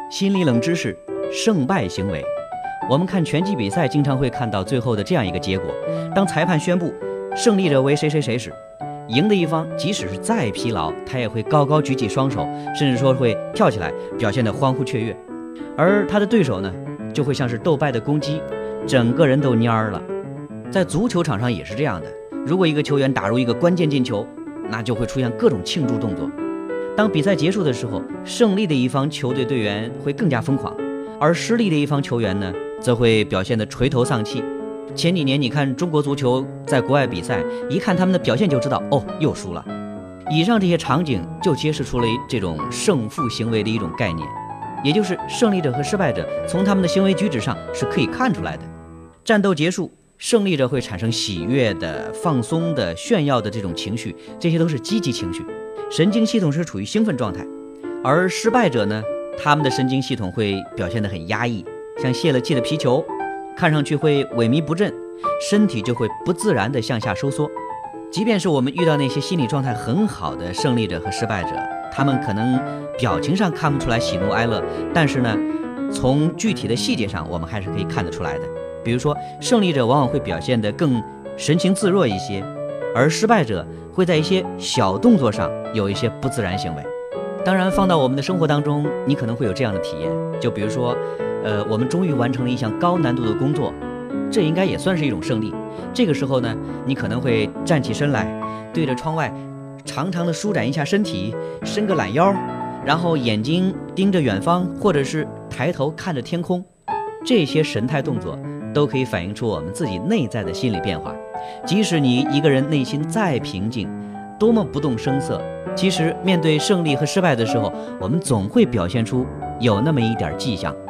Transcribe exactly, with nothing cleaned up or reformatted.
心理冷知识：胜败行为。我们看拳击比赛，经常会看到最后的这样一个结果：当裁判宣布胜利者为谁谁谁时，赢的一方即使是再疲劳，他也会高高举起双手，甚至说会跳起来，表现得欢呼雀跃。而他的对手呢，就会像是斗败的公鸡，整个人都蔫儿了。在足球场上也是这样的，如果一个球员打入一个关键进球，那就会出现各种庆祝动作。当比赛结束的时候，胜利的一方球队队员会更加疯狂，而失利的一方球员呢，则会表现得垂头丧气。前几年你看中国足球在国外比赛，一看他们的表现就知道，哦，又输了。以上这些场景就揭示出了这种胜负行为的一种概念，也就是胜利者和失败者从他们的行为举止上是可以看出来的。战斗结束，胜利者会产生喜悦的、放松的、炫耀的这种情绪，这些都是积极情绪，神经系统是处于兴奋状态。而失败者呢，他们的神经系统会表现得很压抑，像泄了气的皮球，看上去会萎靡不振，身体就会不自然地向下收缩。即便是我们遇到那些心理状态很好的胜利者和失败者，他们可能表情上看不出来喜怒哀乐，但是呢，从具体的细节上我们还是可以看得出来的。比如说，胜利者往往会表现得更神情自若一些，而失败者会在一些小动作上有一些不自然行为。当然，放到我们的生活当中，你可能会有这样的体验，就比如说呃，我们终于完成了一项高难度的工作，这应该也算是一种胜利。这个时候呢，你可能会站起身来，对着窗外长长的舒展一下身体，伸个懒腰，然后眼睛盯着远方，或者是抬头看着天空。这些神态动作都可以反映出我们自己内在的心理变化。即使你一个人内心再平静，多么不动声色，其实面对胜利和失败的时候，我们总会表现出有那么一点迹象。